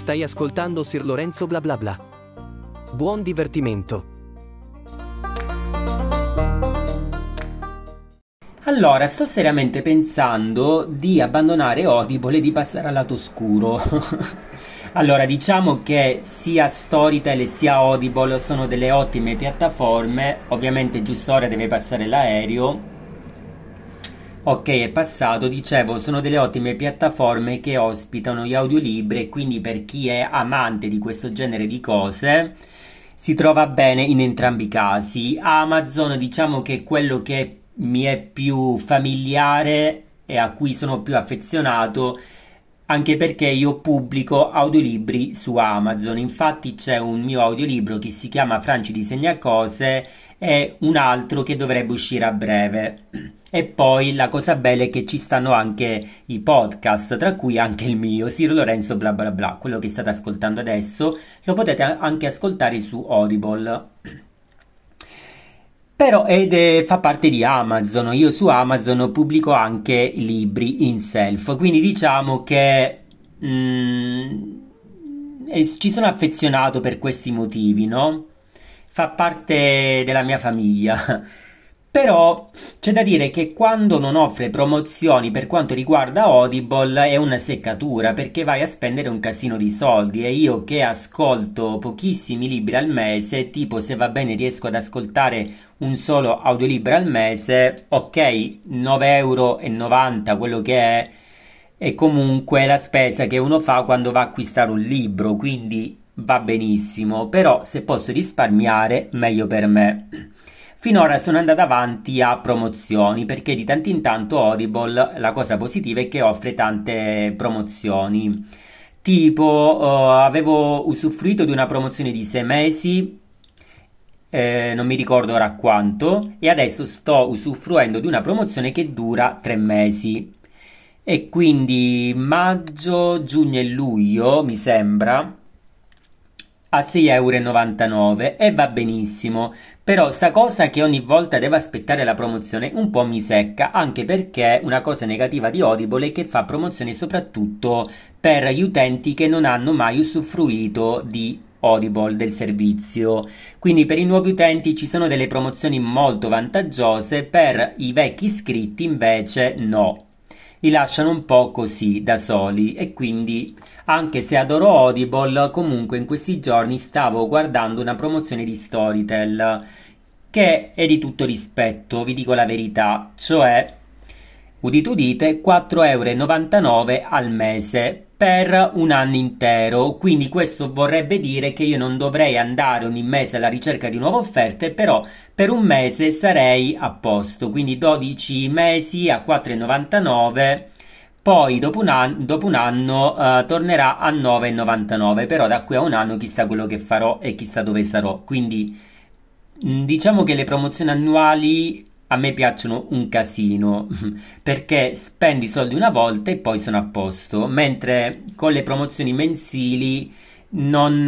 Stai ascoltando Sir Lorenzo bla bla bla. Buon divertimento. Allora, sto seriamente pensando di abbandonare Audible e di passare al lato oscuro. Allora, diciamo che sia Storytel sia Audible sono delle ottime piattaforme. Ovviamente giusto ora deve passare l'aereo. Ok, è passato, dicevo, sono delle ottime piattaforme che ospitano gli audiolibri e quindi per chi è amante di questo genere di cose si trova bene in entrambi i casi. Amazon, diciamo che è quello che mi è più familiare e a cui sono più affezionato, anche perché io pubblico audiolibri su Amazon. Infatti c'è un mio audiolibro che si chiama Franci disegna cose e un altro che dovrebbe uscire a breve. E poi la cosa bella è che ci stanno anche i podcast, tra cui anche il mio, Sir Lorenzo bla bla bla. Quello che state ascoltando adesso lo potete anche ascoltare su Audible. Però fa parte di Amazon. Io su Amazon pubblico anche libri in self, quindi diciamo che ci sono affezionato per questi motivi, no? Fa parte della mia famiglia. Però c'è da dire che quando non offre promozioni per quanto riguarda Audible è una seccatura, perché vai a spendere un casino di soldi, e io che ascolto pochissimi libri al mese, tipo se va bene riesco ad ascoltare un solo audiolibro al mese, ok, 9,90 € quello che è comunque la spesa che uno fa quando va a acquistare un libro, quindi va benissimo, però se posso risparmiare meglio per me. Finora sono andata avanti a promozioni, perché di tanto in tanto Audible, la cosa positiva è che offre tante promozioni. Tipo, avevo usufruito di una promozione di 6 mesi, non mi ricordo ora quanto, e adesso sto usufruendo di una promozione che dura 3 mesi. E quindi maggio, giugno e luglio, mi sembra, a 6,99 € e va benissimo. Però sta cosa che ogni volta devo aspettare la promozione un po' mi secca, anche perché una cosa negativa di Audible è che fa promozione soprattutto per gli utenti che non hanno mai usufruito di Audible, del servizio. Quindi per i nuovi utenti ci sono delle promozioni molto vantaggiose, per i vecchi iscritti invece no. Li lasciano un po' così da soli, e quindi anche se adoro Audible, comunque in questi giorni stavo guardando una promozione di Storytel che è di tutto rispetto, vi dico la verità, cioè, udite udite, 4,99 € al mese per un anno intero. Quindi questo vorrebbe dire che io non dovrei andare ogni mese alla ricerca di nuove offerte, però per un mese sarei a posto, quindi 12 mesi a 4,99 €. Poi dopo un anno tornerà a 9,99 €, però da qui a un anno chissà quello che farò e chissà dove sarò. Quindi diciamo che le promozioni annuali a me piacciono un casino, perché spendi soldi una volta e poi sono a posto, mentre con le promozioni mensili non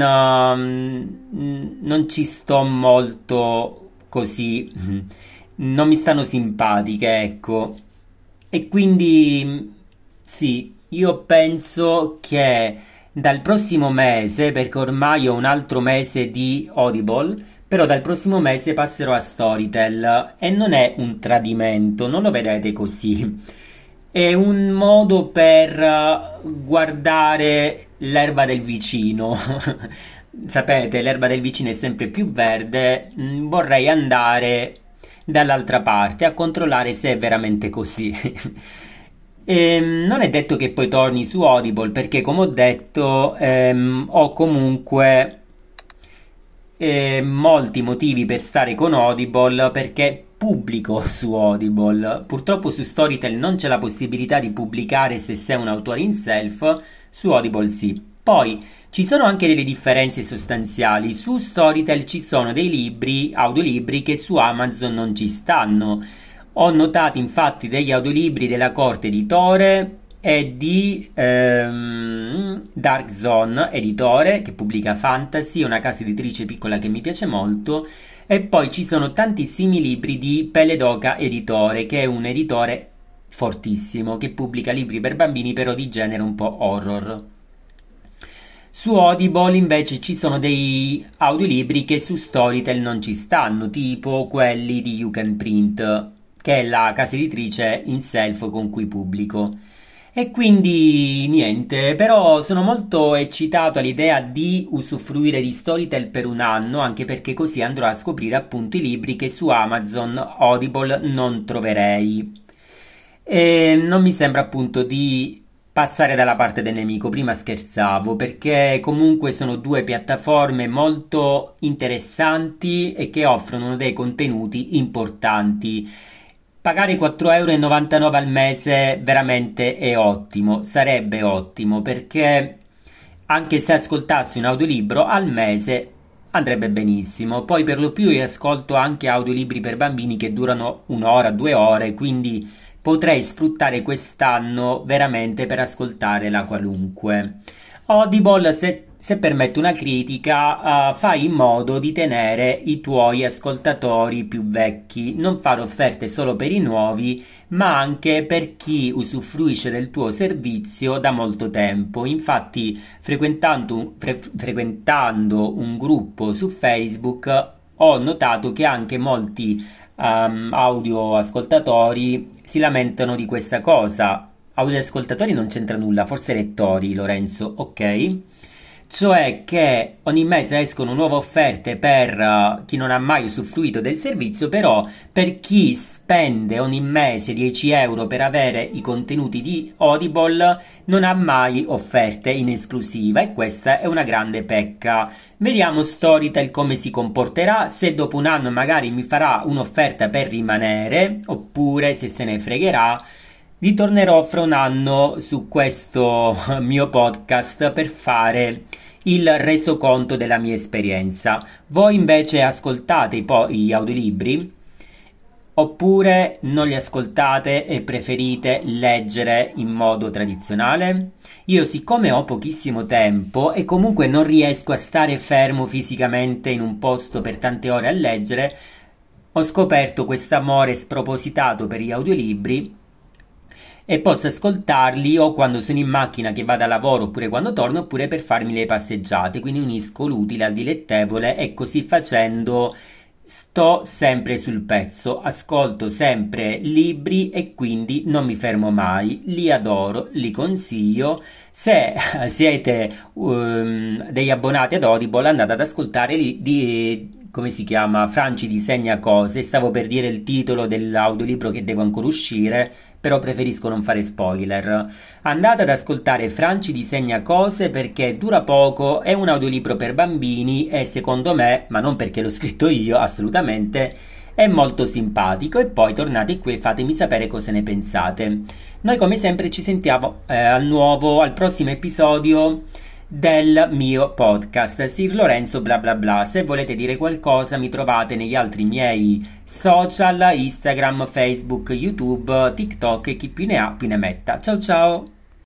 ci sto molto così, non mi stanno simpatiche, ecco. E quindi sì, io penso che dal prossimo mese, perché ormai ho un altro mese di Audible, però dal prossimo mese passerò a Storytel, e non è un tradimento, non lo vedete così. È un modo per guardare l'erba del vicino. Sapete, l'erba del vicino è sempre più verde. Vorrei andare dall'altra parte a controllare se è veramente così. E non è detto che poi torni su Audible, perché come ho detto ho comunque molti motivi per stare con Audible, perché pubblico su Audible. Purtroppo su Storytel non c'è la possibilità di pubblicare se sei un autore in self, su Audible sì. Poi ci sono anche delle differenze sostanziali. Su Storytel ci sono dei libri, audiolibri, che su Amazon non ci stanno. Ho notato infatti degli audiolibri della Corte Editore e di Dark Zone Editore, che pubblica fantasy, è una casa editrice piccola che mi piace molto. E poi ci sono tantissimi libri di Pelle d'Oca Editore, che è un editore fortissimo, che pubblica libri per bambini però di genere un po' horror. Su Audible invece ci sono dei audiolibri che su Storytel non ci stanno, tipo quelli di You Can Print, che è la casa editrice in self con cui pubblico. E quindi niente, però sono molto eccitato all'idea di usufruire di Storytel per un anno, anche perché così andrò a scoprire appunto i libri che su Amazon Audible non troverei. E non mi sembra appunto di passare dalla parte del nemico, prima scherzavo, perché comunque sono due piattaforme molto interessanti e che offrono dei contenuti importanti. Pagare 4,99 € al mese veramente è ottimo, sarebbe ottimo, perché anche se ascoltassi un audiolibro al mese andrebbe benissimo. Poi per lo più io ascolto anche audiolibri per bambini che durano 1 ora, 2 ore, quindi potrei sfruttare quest'anno veramente per ascoltare la qualunque. Audible, se permette una critica, fai in modo di tenere i tuoi ascoltatori più vecchi, non fare offerte solo per i nuovi, ma anche per chi usufruisce del tuo servizio da molto tempo. Infatti, frequentando un gruppo su Facebook, ho notato che anche molti audio ascoltatori si lamentano di questa cosa. Audio ascoltatori non c'entra nulla, forse lettori, Lorenzo, ok? Cioè che ogni mese escono nuove offerte per chi non ha mai usufruito del servizio, però per chi spende ogni mese 10 € per avere i contenuti di Audible non ha mai offerte in esclusiva, e questa è una grande pecca. Vediamo Storytel come si comporterà, se dopo un anno magari mi farà un'offerta per rimanere, oppure se se ne fregherà. Ritornerò fra un anno su questo mio podcast per fare il resoconto della mia esperienza. Voi invece ascoltate gli audiolibri oppure non li ascoltate e preferite leggere in modo tradizionale? Io, siccome ho pochissimo tempo e comunque non riesco a stare fermo fisicamente in un posto per tante ore a leggere, ho scoperto quest'amore spropositato per gli audiolibri e posso ascoltarli o quando sono in macchina che vado a lavoro, oppure quando torno, oppure per farmi le passeggiate. Quindi unisco l'utile al dilettevole e così facendo sto sempre sul pezzo, ascolto sempre libri e quindi non mi fermo mai. Li adoro, li consiglio. Se siete degli abbonati ad Audible, andate ad ascoltare come si chiama? Franci disegna cose. Stavo per dire il titolo dell'audiolibro che devo ancora uscire, però preferisco non fare spoiler. Andate ad ascoltare Franci disegna cose perché dura poco, è un audiolibro per bambini e secondo me, ma non perché l'ho scritto io, assolutamente, è molto simpatico. E poi tornate qui e fatemi sapere cosa ne pensate. Noi come sempre ci sentiamo al prossimo episodio del mio podcast Sir Lorenzo bla bla bla. Se volete dire qualcosa mi trovate negli altri miei social, Instagram, Facebook, YouTube, TikTok e chi più ne ha più ne metta. Ciao ciao!